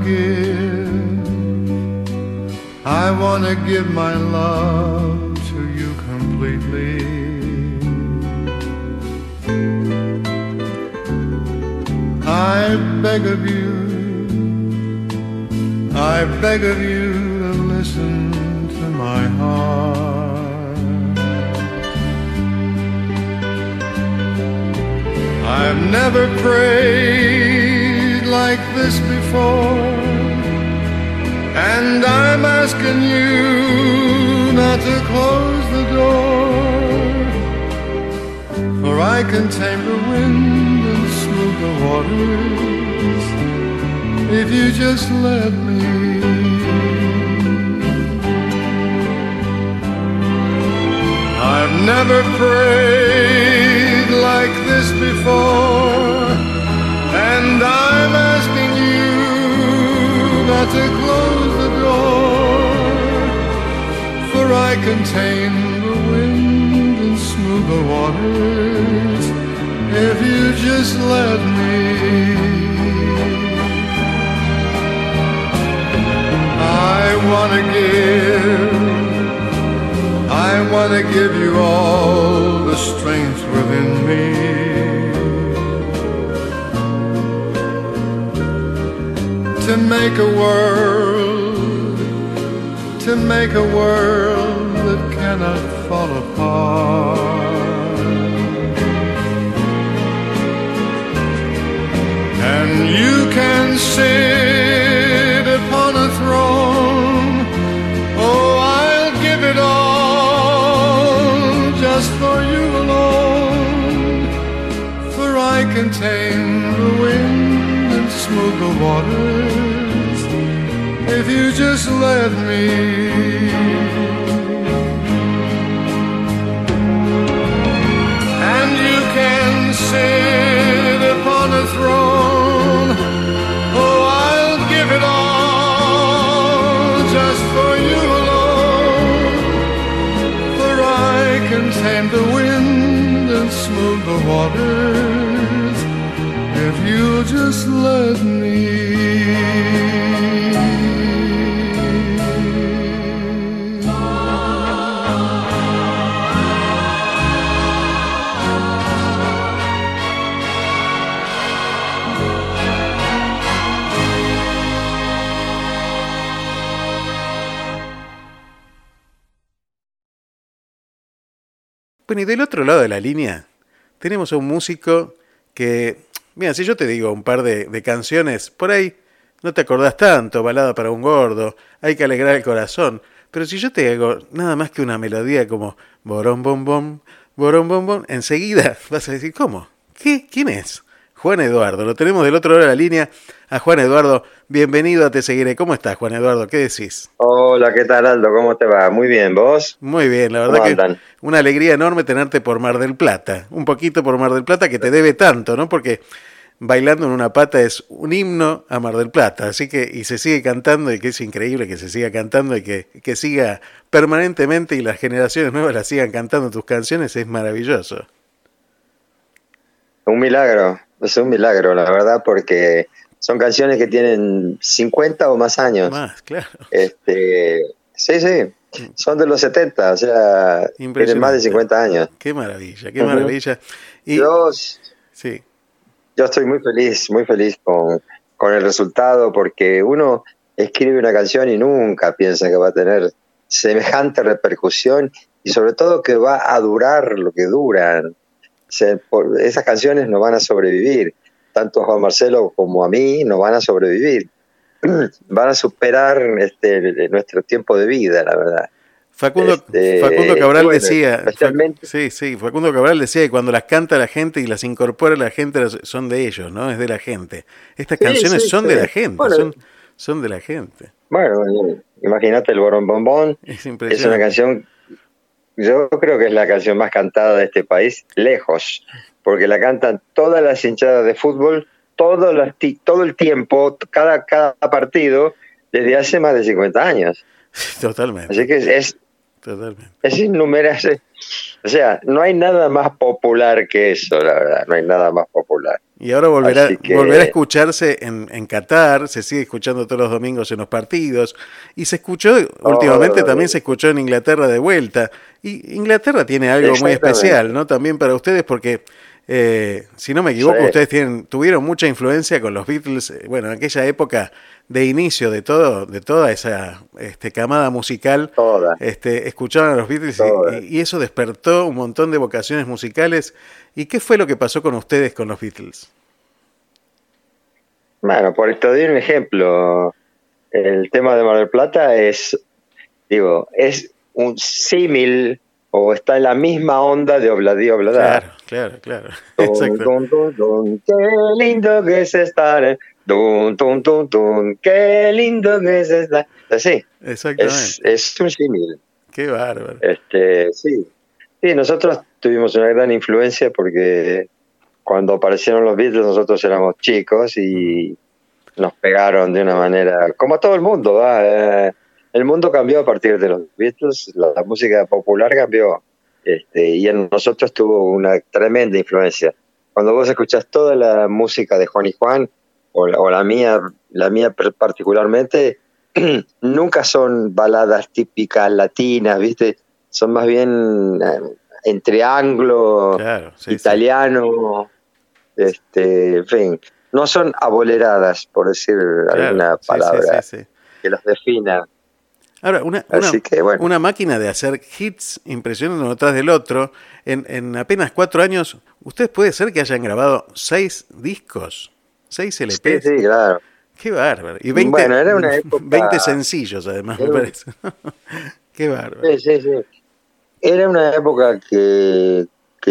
wanna give my love to you completely. I beg of you to listen to my heart. I've never prayed like this before, and I'm asking you not to close the door, for I can tame the wind and smooth the waters if you just let me. I've never prayed like this before, and I'm asking you not to close the door, for I can tame the wind and smooth the waters if you just let me. I wanna give you all the strength within me, to make a world that cannot fall apart. And you can sit upon a throne, oh, I'll give it all just for you alone, for I can tame the wind and smooth the waters if you just let me. And you can sit upon a throne, oh, I'll give it all just for you alone, for I can tame the wind and smooth the waters if you'll just let me. Bueno, y del otro lado de la línea tenemos a un músico que, mira, si yo te digo un par de canciones, por ahí no te acordás tanto, Balada para un gordo, Hay que alegrar el corazón, pero si yo te hago nada más que una melodía como borón bom bom, enseguida vas a decir, ¿cómo? ¿Qué? ¿Quién es? Juan Eduardo, lo tenemos del otro lado de la línea a Juan Eduardo. Bienvenido a Te Seguiré. ¿Cómo estás, Juan Eduardo? ¿Qué decís? Hola, ¿qué tal, Aldo? ¿Cómo te va? Muy bien, ¿vos? Muy bien, la verdad que una alegría enorme tenerte por Mar del Plata. Un poquito por Mar del Plata, que te debe tanto, ¿no? Porque Bailando en una pata es un himno a Mar del Plata. Así que, y se sigue cantando, y que es increíble que se siga cantando y que siga permanentemente y las generaciones nuevas las sigan cantando tus canciones, es maravilloso. Un milagro, es un milagro, la verdad, porque son canciones que tienen 50 o más años. Más, claro. Sí, son de los 70, o sea, tienen más de 50 años. Qué maravilla, qué maravilla. Y, yo estoy muy feliz con el resultado, porque uno escribe una canción y nunca piensa que va a tener semejante repercusión y sobre todo que va a durar lo que duran. Esas canciones no van a sobrevivir, tanto a Juan Marcelo como a mí no van a sobrevivir, van a superar nuestro tiempo de vida, la verdad. Facundo Cabral decía, especialmente, Facundo Cabral decía que cuando las canta la gente y las incorpora la gente son de ellos, ¿no? Es de la gente. Estas canciones son de la gente, bueno, son de la gente. Bueno, imagínate el Borón Bombón, es una canción. Yo creo que es la canción más cantada de este país, lejos, porque la cantan todas las hinchadas de fútbol, todo el tiempo, cada partido, desde hace más de 50 años. Totalmente. Así que es innumerable. O sea, no hay nada más popular que eso, la verdad, no hay nada más popular. Y ahora volverá a escucharse en Qatar, se sigue escuchando todos los domingos en los partidos, y se escuchó, últimamente también se escuchó en Inglaterra de vuelta. Y Inglaterra tiene algo muy especial, ¿no? También para ustedes, porque, si no me equivoco, ustedes tuvieron mucha influencia con los Beatles, bueno, en aquella época de inicio de toda esa camada musical, escuchaban a los Beatles y eso despertó un montón de vocaciones musicales. ¿Y qué fue lo que pasó con ustedes con los Beatles? Bueno, por te doy un ejemplo. El tema de Mar del Plata es un símil o está en la misma onda de Obladí Obladá. Claro. Qué lindo que es estar. Qué lindo que es estar. Sí, exactamente. Es un símil. Qué bárbaro. Sí, nosotros tuvimos una gran influencia porque cuando aparecieron los Beatles nosotros éramos chicos y nos pegaron de una manera, como a todo el mundo, ¿va? El mundo cambió a partir de los Beatles, la música popular cambió, y en nosotros tuvo una tremenda influencia. Cuando vos escuchás toda la música de Juan y Juan, o la mía particularmente, nunca son baladas típicas latinas, ¿viste? Son más bien entre anglo, italiano, en fin, no son aboleradas, por decir alguna palabra que los defina. Ahora, una máquina de hacer hits impresionantes uno tras del otro. En apenas 4 años, ¿ustedes puede ser que hayan grabado 6 discos? 6 LPs. Sí, claro. Qué bárbaro. Y 20, era una época, 20 sencillos, además, me parece. Qué bárbaro. Sí. Era una época que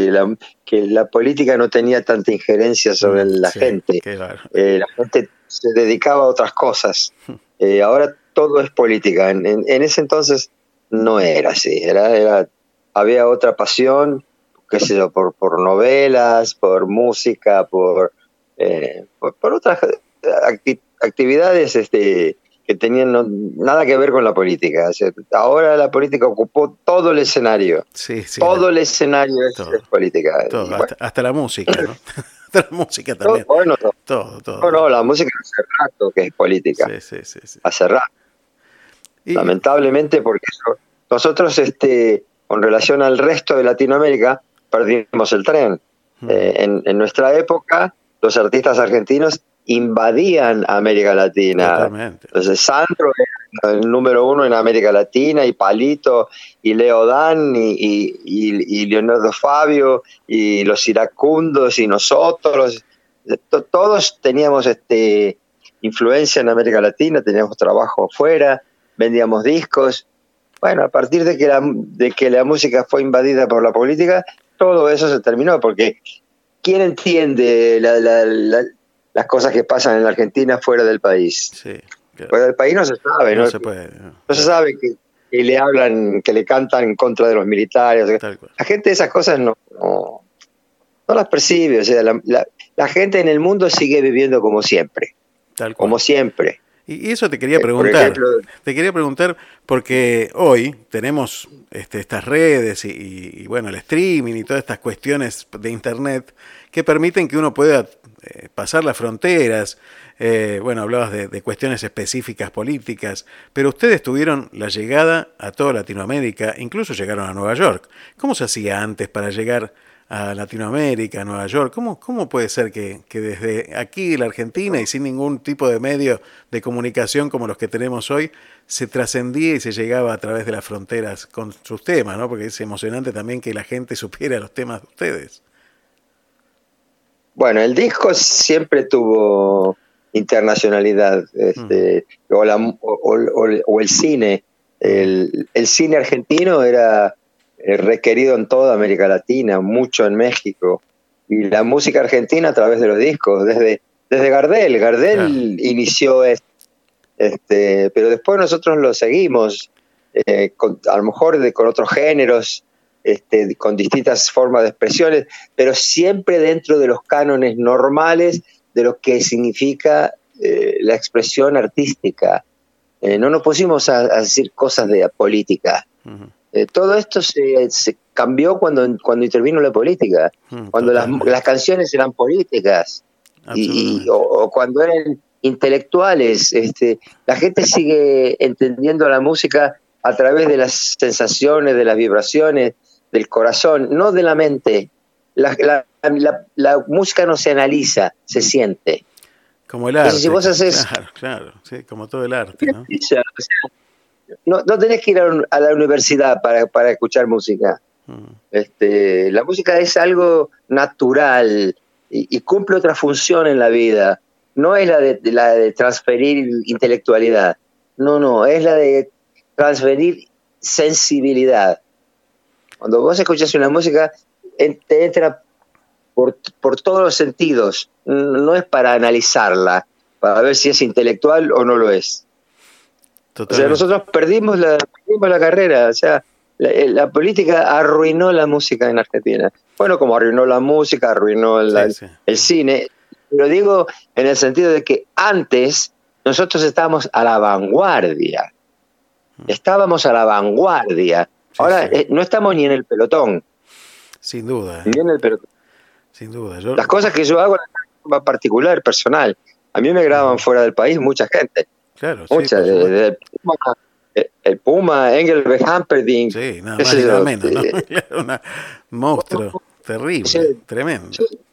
la política no tenía tanta injerencia sobre la gente. La gente se dedicaba a otras cosas. Ahora todo es política. En ese entonces no era así. Había otra pasión, qué sé yo, por novelas, por música, por otras actividades que tenían nada que ver con la política. O sea, ahora la política ocupó todo el escenario. Todo el escenario es política. Todo, hasta la música, ¿no? Hasta la música también. Todo. No, la música hace rato que es política. Sí. Hace rato. Lamentablemente, porque nosotros, con relación al resto de Latinoamérica, perdimos el tren. En nuestra época, los artistas argentinos invadían América Latina. Totalmente. Entonces Sandro era el número 1 en América Latina, y Palito, y Leo Dan, y Leonardo Fabio, y los iracundos, y nosotros. Todos teníamos influencia en América Latina, teníamos trabajo afuera, vendíamos discos. Bueno, a partir de que la música fue invadida por la política, todo eso se terminó, porque ¿quién entiende las cosas que pasan en la Argentina fuera del país? Sí, claro. Fuera del país no se sabe, no se puede. No se sabe que le hablan, que le cantan en contra de los militares. La gente esas cosas no las percibe. O sea, la gente en el mundo sigue viviendo como siempre. Como siempre. Y eso te quería preguntar. Te quería preguntar porque hoy tenemos estas redes y bueno, el streaming y todas estas cuestiones de internet que permiten que uno pueda pasar las fronteras. Bueno, hablabas de cuestiones específicas políticas, pero ustedes tuvieron la llegada a toda Latinoamérica, incluso llegaron a Nueva York. ¿Cómo se hacía antes para llegar a Latinoamérica, a Nueva York? ¿Cómo puede ser que desde aquí, la Argentina, y sin ningún tipo de medio de comunicación como los que tenemos hoy, se trascendía y se llegaba a través de las fronteras con sus temas, ¿no? Porque es emocionante también que la gente supiera los temas de ustedes. Bueno, el disco siempre tuvo internacionalidad, o el cine. El cine argentino era requerido en toda América Latina, mucho en México, y la música argentina a través de los discos, desde Gardel inició pero después nosotros lo seguimos, a lo mejor con otros géneros, con distintas formas de expresiones, pero siempre dentro de los cánones normales de lo que significa la expresión artística. No nos pusimos a decir cosas de política. Todo esto se cambió cuando intervino la política, cuando las canciones eran políticas o cuando eran intelectuales. La gente sigue entendiendo la música a través de las sensaciones, de las vibraciones, del corazón, no de la mente. La música no se analiza, se siente. Como el arte. Entonces, si vos haces, claro, sí, como todo el arte, ¿no? No tenés que ir a la universidad para escuchar música. La música es algo natural y cumple otra función en la vida. No es la de transferir intelectualidad. No, es la de transferir sensibilidad. Cuando vos escuchás una música, te entra por todos los sentidos. No es para analizarla, para ver si es intelectual o no lo es. Totalmente. O sea, nosotros perdimos la carrera. O sea, la política arruinó la música en Argentina. Bueno, como arruinó la música, arruinó el cine. Lo digo en el sentido de que antes nosotros estábamos a la vanguardia. Estábamos a la vanguardia. Ahora no estamos ni en el pelotón. Sin duda. Ni en el pelotón. Sin duda. Las cosas que yo hago en forma particular, personal. A mí me graban fuera del país mucha gente. Claro, muchas. El Puma, Engelbert Humperdinck. Sí, nada más y nada menos, ¿no? Un monstruo terrible, tremendo.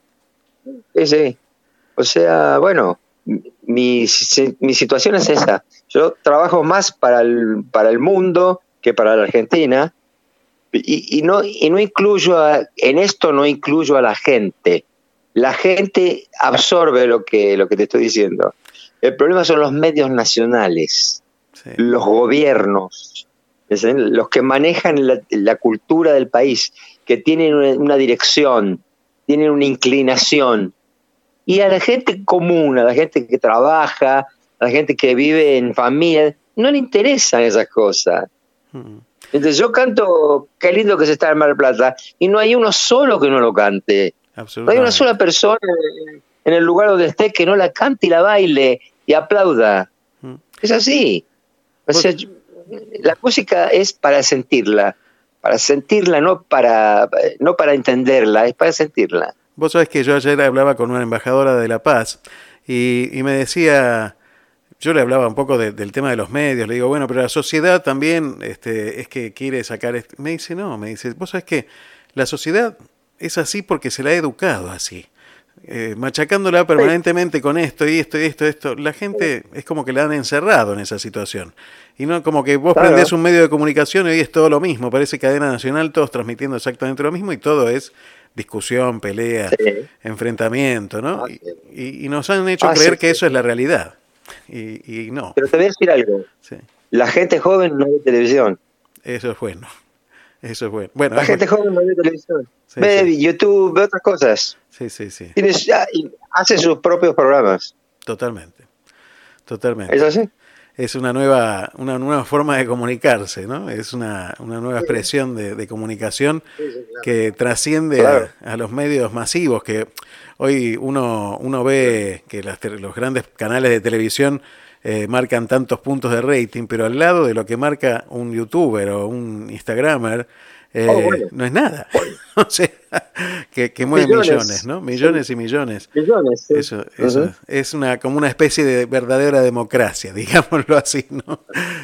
Sí. O sea, bueno, mi situación es esa. Yo trabajo más para el mundo que para la Argentina y no incluyo en esto no incluyo a la gente. La gente absorbe lo que te estoy diciendo. El problema son los medios nacionales, los gobiernos, los que manejan la cultura del país, que tienen una dirección, tienen una inclinación. Y a la gente común, a la gente que trabaja, a la gente que vive en familia, no le interesan esas cosas. Entonces yo canto Qué lindo que se está en Mar del Plata, y no hay uno solo que no lo cante. No hay una sola persona en el lugar donde esté que no la cante y la baile y aplauda. Es así. O sea, la música es para sentirla, no para entenderla, es para sentirla. Vos sabés que yo ayer hablaba con una embajadora de La Paz y me decía, yo le hablaba un poco del tema de los medios, le digo, bueno, pero la sociedad también es que quiere sacar... Me dice, vos sabés que la sociedad es así porque se la ha educado así. Machacándola permanentemente con esto y esto, la gente es como que la han encerrado en esa situación. Y no como que vos prendés un medio de comunicación y hoy es todo lo mismo, parece cadena nacional, todos transmitiendo exactamente lo mismo y todo es discusión, pelea, enfrentamiento, ¿no? Y nos han hecho creer que eso es la realidad. Y no. Pero te voy a decir algo. La gente joven no ve televisión. Eso es bueno. Bueno, la gente joven no ve televisión. Ve YouTube, ve otras cosas. Sí. Hace sus propios programas. Totalmente. ¿Es así? Es una nueva forma de comunicarse, ¿no? Es una nueva expresión de comunicación que trasciende a los medios masivos, que hoy uno ve que los grandes canales de televisión marcan tantos puntos de rating, pero al lado de lo que marca un youtuber o un instagramer, no es nada. O sea, que mueve millones, ¿no? Millones y millones. Millones, sí. Eso es como una especie de verdadera democracia, digámoslo así, ¿no?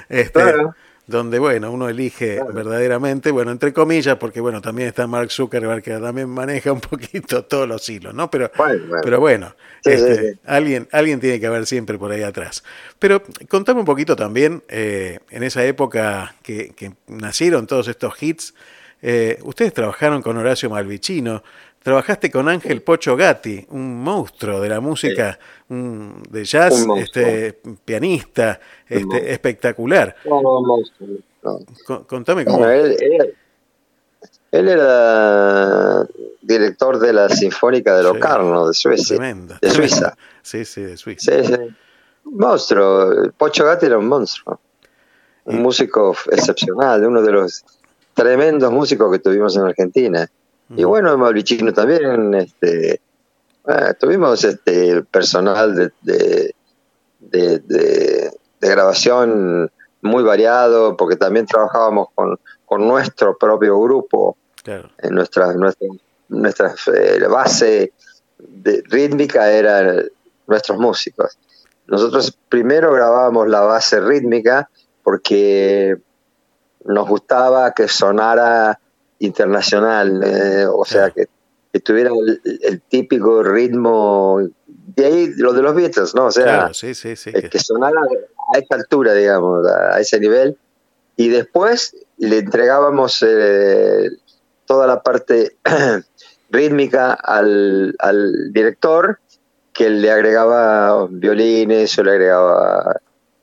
Donde, bueno, uno elige verdaderamente, entre comillas, porque, también está Mark Zuckerberg, que también maneja un poquito todos los hilos, ¿no? Pero bueno, alguien tiene que haber siempre por ahí atrás. Pero contame un poquito también, en esa época que nacieron todos estos hits, ustedes trabajaron con Horacio Malvicino, trabajaste con Ángel Pocho Gatti, un monstruo de la música de jazz, pianista, espectacular. Contame cómo. Él era director de la Sinfónica de Locarno, de Suecia. De Suiza. Sí, de Suiza. Sí. Un monstruo. Pocho Gatti era un monstruo. Un músico excepcional, uno de los tremendos músicos que tuvimos en Argentina. Y Malvicino también, tuvimos personal de grabación muy variado, porque también trabajábamos con nuestro propio grupo. Claro. Nuestra base rítmica eran nuestros músicos. Nosotros primero grabábamos la base rítmica porque nos gustaba que sonara internacional, o sea, que tuviera el típico ritmo, de ahí lo de los Beatles, ¿no? O sea, claro, sí, que sonara a esa altura, digamos, a ese nivel, y después le entregábamos toda la parte rítmica al director, que le agregaba violines o le agregaba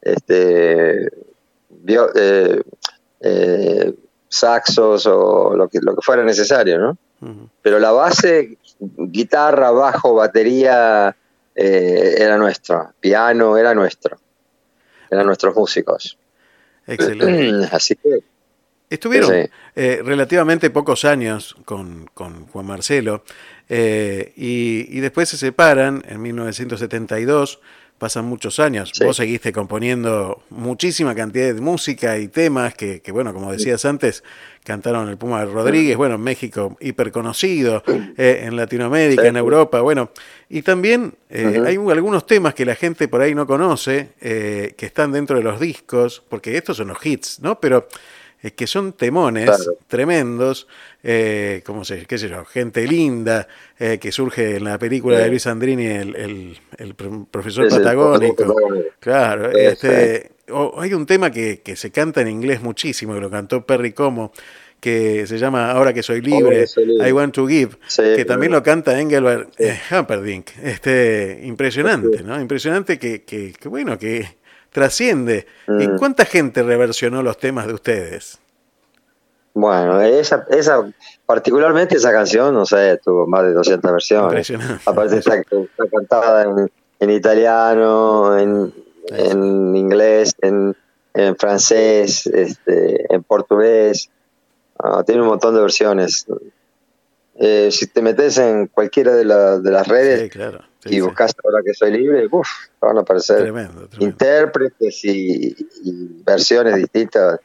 saxos o lo que fuera necesario, ¿no? Uh-huh. Pero la base, guitarra, bajo, batería, era nuestra, piano era nuestro, eran nuestros músicos. Excelente. Así que estuvieron relativamente pocos años con Juan Marcelo y después se separan en 1972. Pasan muchos años. Sí. Vos seguiste componiendo muchísima cantidad de música y temas que bueno, como decías antes, cantaron el Puma Rodríguez, bueno, en México hiper conocido, en Latinoamérica, en Europa, bueno. Y también hay algunos temas que la gente por ahí no conoce, que están dentro de los discos, porque estos son los hits, ¿no? Pero que son temones tremendos, como qué sé yo, Gente Linda, que surge en la película de Luis Sandrini, el profesor patagónico. Claro, hay un tema que se canta en inglés muchísimo, que lo cantó Perry Como, que se llama Ahora que soy libre, I Want to Give, que también lo canta Engelbert Humperdinck. Impresionante, ¿no? Impresionante que bueno, que trasciende. ¿Y cuánta gente reversionó los temas de ustedes? Bueno, esa particularmente esa canción, no sé, tuvo más de 200 versiones. Aparte está cantada en italiano, en inglés, en francés, en portugués. Tiene un montón de versiones. Si te metes en cualquiera de las redes, sí, claro. y buscas Ahora que soy libre, van a aparecer tremendo. Intérpretes y versiones distintas.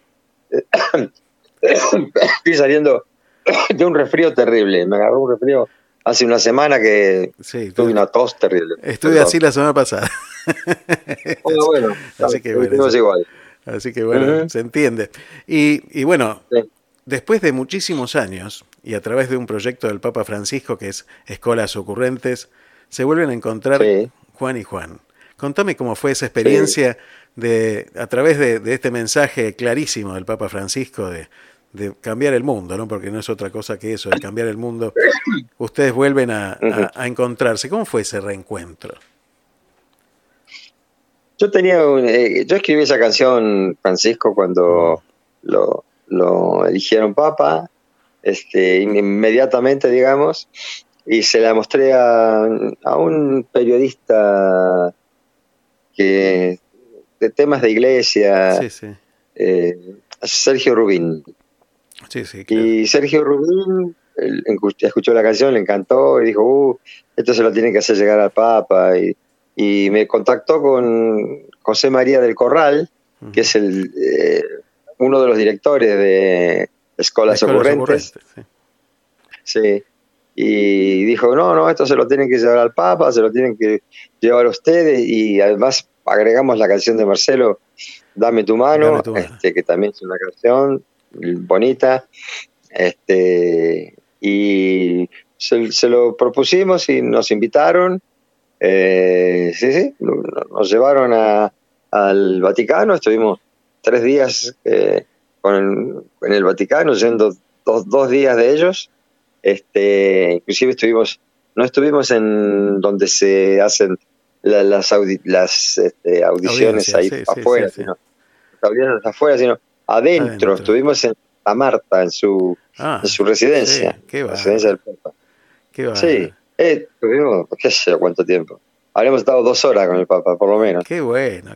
Estoy saliendo de un resfrío terrible. Me agarró un resfrío hace una semana que tuve una tos terrible. Estuve así la semana pasada. Bueno, así que bueno, igual. Así que bueno, se entiende. Y bueno, después de muchísimos años y a través de un proyecto del Papa Francisco que es Escolas Ocurrentes, se vuelven a encontrar Juan y Juan. Contame cómo fue esa experiencia a través de este mensaje clarísimo del Papa Francisco de cambiar el mundo, ¿no? Porque no es otra cosa que eso, de cambiar el mundo. Ustedes vuelven a encontrarse. ¿Cómo fue ese reencuentro? Yo escribí esa canción, Francisco, cuando lo eligieron Papa, inmediatamente, digamos, y se la mostré a un periodista de temas de iglesia, Sergio Rubín. Sí, claro. Y Sergio Rubín escuchó la canción, le encantó y dijo, esto se lo tiene que hacer llegar al Papa, y me contactó con José María del Corral, que es uno de los directores de Escolas Ocurrentes. Sí. Y dijo, no, esto se lo tienen que llevar al Papa, se lo tienen que llevar a ustedes, y además agregamos la canción de Marcelo, Dame tu mano, que también es una canción bonita, y se lo propusimos y nos invitaron, nos llevaron al Vaticano, estuvimos 3 días en el Vaticano, yendo 2 días de ellos. Inclusive no estuvimos en donde se hacen las audiciones ahí afuera, sino las audiencias afuera, sino adentro. Estuvimos en Santa Marta, en su residencia, residencia del Papa. Qué va. Sí, estuvimos, qué sé yo, cuánto tiempo. Habremos estado 2 horas con el Papa, por lo menos. Qué bueno.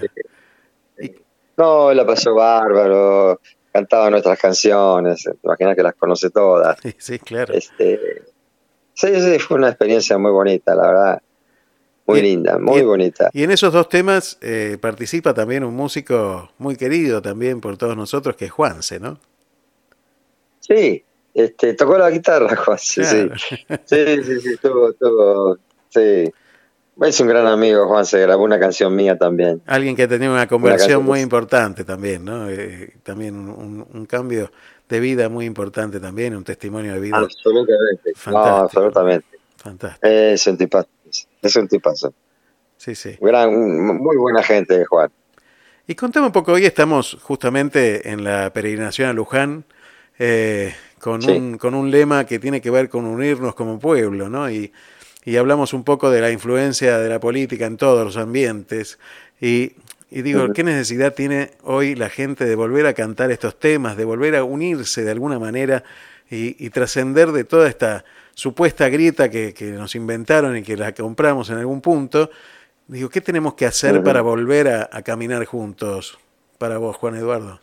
No, la pasó bárbaro. Cantaba nuestras canciones, te imaginas que las conoce todas. Sí, claro. Fue una experiencia muy bonita, la verdad. Muy linda, muy bonita. Y en esos 2 temas participa también un músico muy querido también por todos nosotros, que es Juanse, ¿no? Sí, Tocó la guitarra, Juan, sí, Claro. sí, sí. Es un gran amigo, Juan, se grabó una canción mía también. Alguien que ha tenido una Una conversión canción muy importante también, ¿no? También un cambio de vida muy importante también, un testimonio de vida absolutamente, no, fantástico, ¿no? absolutamente. Fantástico. Es un tipazo, es un tipazo. Sí, sí. Muy buena gente, Juan. Y contame un poco, hoy estamos justamente en la peregrinación a Luján, Sí. con un lema que tiene que ver con unirnos como pueblo, ¿no? Y hablamos un poco de la influencia de la política en todos los ambientes. Y, y digo, Ujú. ¿qué necesidad tiene hoy la gente de volver a cantar estos temas, de volver a unirse de alguna manera y trascender de toda esta supuesta grieta que nos inventaron y que la compramos en algún punto? Digo, ¿qué tenemos que hacer para Ujú. volver a caminar juntos para vos, Juan Eduardo?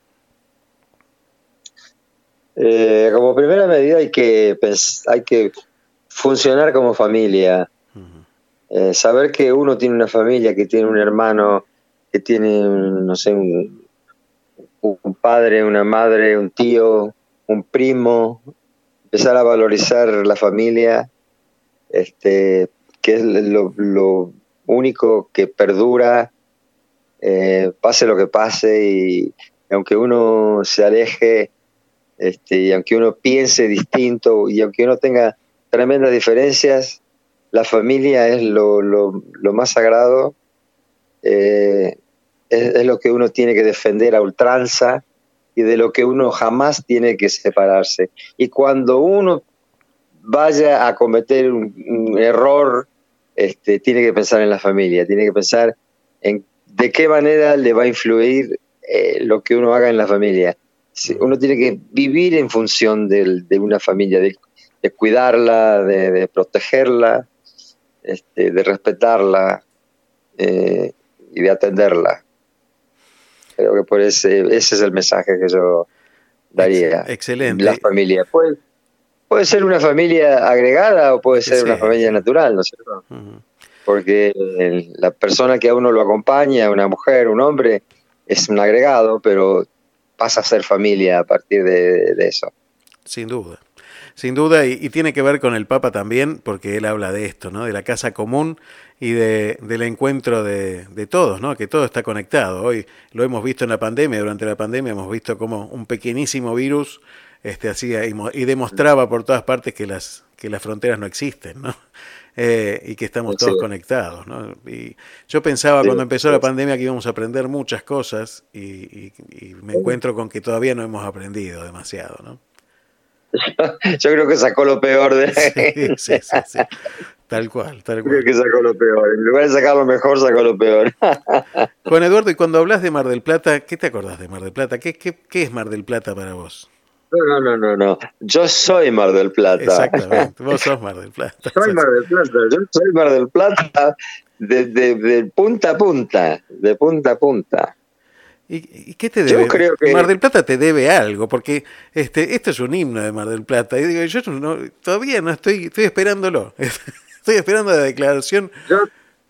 Como primera medida hay que funcionar como familia. Saber que uno tiene una familia, que tiene un hermano, que tiene, no sé, un padre, una madre, un tío, un primo, empezar a valorizar la familia, que es lo único que perdura, pase lo que pase, y aunque uno se aleje, y aunque uno piense distinto, y aunque uno tenga tremendas diferencias, la familia es lo más sagrado, es lo que uno tiene que defender a ultranza y de lo que uno jamás tiene que separarse. Y cuando uno vaya a cometer un error, tiene que pensar en la familia, tiene que pensar en de qué manera le va a influir lo que uno haga en la familia. Uno tiene que vivir en función de una familia, de cuidarla, de protegerla, de respetarla, y de atenderla. Creo que ese es el mensaje que yo daría. La Excelente. familia. Puede ser una familia agregada o puede ser Sí, una familia sí. natural, ¿no es cierto? Ujú. Porque la persona que a uno lo acompaña, una mujer, un hombre, es un agregado, pero pasa a ser familia a partir de eso. Sin duda. Sin duda, y tiene que ver con el Papa también, porque él habla de esto, ¿no? De la casa común y del encuentro de todos, ¿no? Que todo está conectado. Hoy lo hemos visto en la pandemia, durante la pandemia hemos visto como un pequeñísimo virus hacía y demostraba por todas partes que las fronteras no existen, ¿no? Y que estamos Sí, todos conectados, ¿no? Y yo pensaba sí, cuando empezó sí. la pandemia que íbamos a aprender muchas cosas y me encuentro con que todavía no hemos aprendido demasiado, ¿no? Yo creo que sacó lo peor de Sí, sí, sí, sí. Tal cual, tal creo cual. que sacó lo peor. En lugar de sacar lo mejor, sacó lo peor. Juan Eduardo, y cuando hablas de Mar del Plata, ¿qué te acordás de Mar del Plata? ¿Qué es Mar del Plata para vos? No. Yo soy Mar del Plata. Exactamente, vos sos Mar del Plata. Soy Mar del Plata. Yo soy Mar del Plata de punta a punta. De punta a punta. ¿Y qué te Yo debe? creo Mar que del Plata te debe algo, porque esto es un himno de Mar del Plata. Y digo, yo todavía no estoy esperándolo. Estoy esperando la declaración. yo,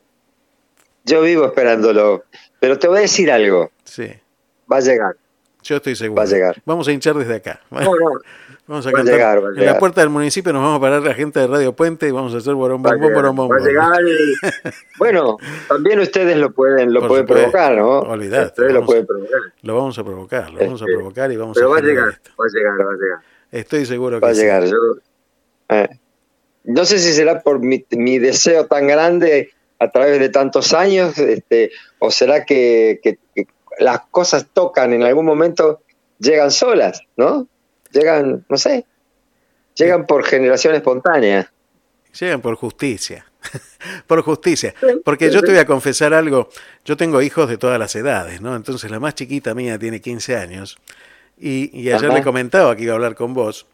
yo vivo esperándolo. Pero te voy a decir algo. Sí, Va a llegar. yo estoy Va a seguro. llegar. Vamos a hinchar desde acá. No. Vamos a Va a cantar llegar, va a en la llegar. puerta del municipio, nos vamos a parar la gente de Radio Puente y vamos a hacer borón Va a bombón, llegar. borón Va a bombón. llegar y bueno, también ustedes lo Por pueden supuesto, provocar, ¿no? olvídate, Ustedes lo pueden provocar. lo vamos a provocar y vamos a Pero va a generar llegar, esto. va a llegar, va a llegar. Estoy seguro Va que a sí. llegar. Eh, no sé si será por mi deseo tan grande a través de tantos años, o será que las cosas tocan en algún momento, llegan solas, ¿no? Llegan, no sé, Eh, llegan por generación espontánea. Llegan por justicia. Por justicia. Sí, Porque yo te voy a confesar algo. Yo tengo hijos de todas las edades, ¿no? Entonces la más chiquita mía tiene 15 años. Y ayer le Ajá. comentaba que iba a hablar con vos.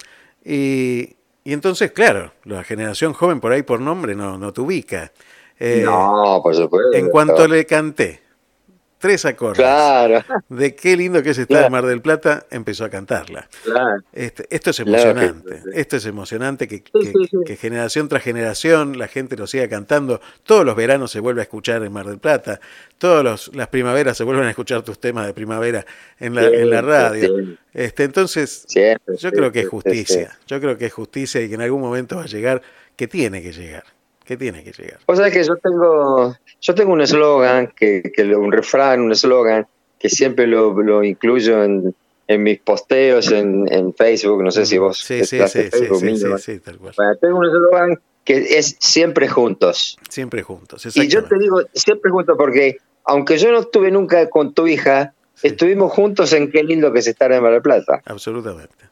Y entonces, claro, la generación joven por ahí por nombre no te ubica. No, por En cuanto supuesto. le canté 3 acordes. Claro. De qué lindo que es estar en Mar del Plata, empezó a cantarla. Claro. Esto es emocionante. Esto es emocionante que generación tras generación la gente lo siga cantando. Todos los veranos se vuelve a escuchar en Mar del Plata. Todas las primaveras se vuelven a escuchar tus temas de primavera en la radio. Entonces, yo creo que es justicia. Yo creo que es justicia y que en algún momento va a llegar, que tiene que llegar. O sea que yo tengo un eslogan, un refrán, un eslogan, que siempre lo incluyo en mis posteos en Facebook, no sé si vos... Sí, tal cual. Bueno, tengo un eslogan que es siempre juntos. Siempre juntos, y yo te digo siempre juntos porque, aunque yo no estuve nunca con tu hija, estuvimos juntos en Qué lindo que es estar en Mar del Plata. Absolutamente.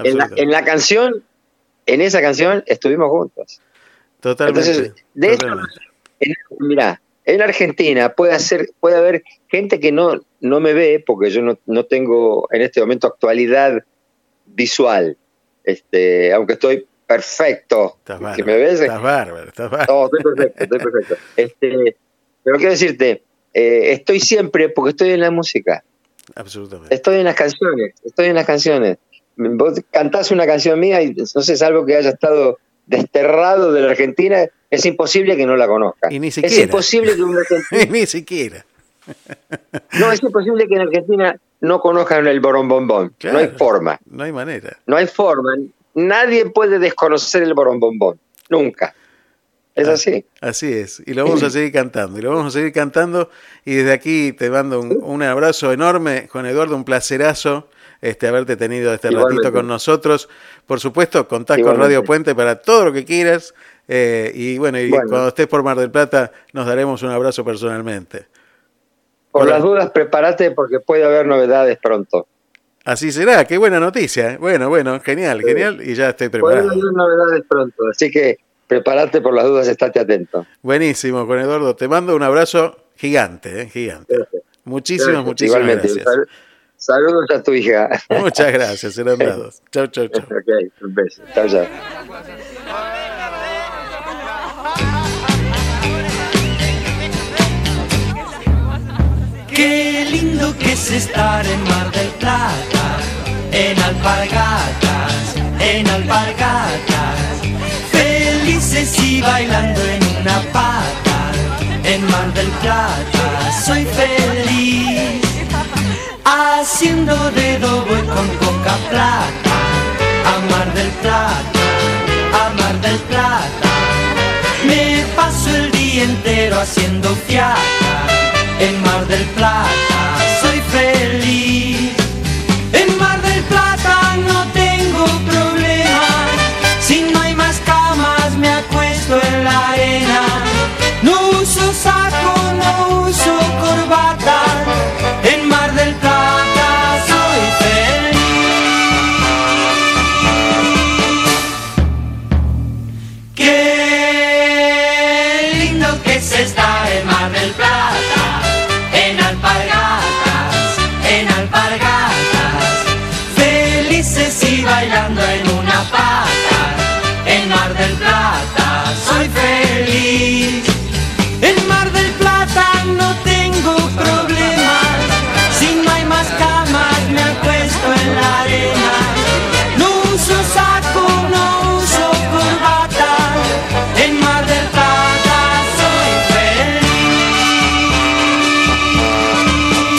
En esa canción estuvimos juntos. Totalmente. Entonces, de hecho, mira, en Argentina puede haber gente que no me ve, porque yo no tengo en este momento actualidad visual, aunque estoy perfecto. Estás ¿Me ves? Estás bárbaro. No, estoy perfecto. Pero quiero decirte, estoy siempre, porque estoy en la música. Absolutamente. Estoy en las canciones. Vos cantás una canción mía y no sé, salvo que haya estado desterrado de la Argentina, es imposible que no la conozca. Y ni siquiera. Es imposible que un argentino... Ni siquiera. No, es imposible que en Argentina no conozcan el borombombón. Claro, no hay forma. No hay manera. No hay forma. Nadie puede desconocer el borombombón. Nunca. Es así. Así es. Y lo vamos a seguir cantando. Y desde aquí te mando un abrazo enorme, Juan Eduardo, un placerazo haberte tenido ratito con nosotros. Por supuesto, contás con Radio Puente para todo lo que quieras. Y cuando estés por Mar del Plata, nos daremos un abrazo personalmente. Por las dudas, prepárate porque puede haber novedades pronto. Así será, qué buena noticia. Bueno, genial. Y ya estoy preparado. Puede haber novedades pronto, así que prepárate por las dudas, estate atento. Buenísimo, Juan Eduardo. Te mando un abrazo gigante. Gracias. Muchísimas Igualmente, gracias. Saludos a tu hija. Muchas gracias, serán dados. Chau. Ok, un beso. Chau. Qué lindo que es estar en Mar del Plata, en alpargatas, felices y bailando en una pata. En Mar del Plata soy feliz, haciendo dedo voy con coca plata. A Mar del Plata, me paso el día entero haciendo fiaca. En Mar del Plata soy feliz. En Mar del Plata no tengo problema. Si no hay más camas me acuesto en la arena. No uso saco, no uso corbata. En Mar del Plata soy feliz. Qué lindo que es estar en Mar del Plata. Y bailando en una pata. En Mar del Plata soy feliz. En Mar del Plata no tengo problemas. Si no hay más camas me acuesto en la arena. No uso saco, no uso corbata. En Mar del Plata soy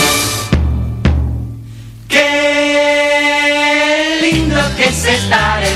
feliz. Qué lindo que es estar en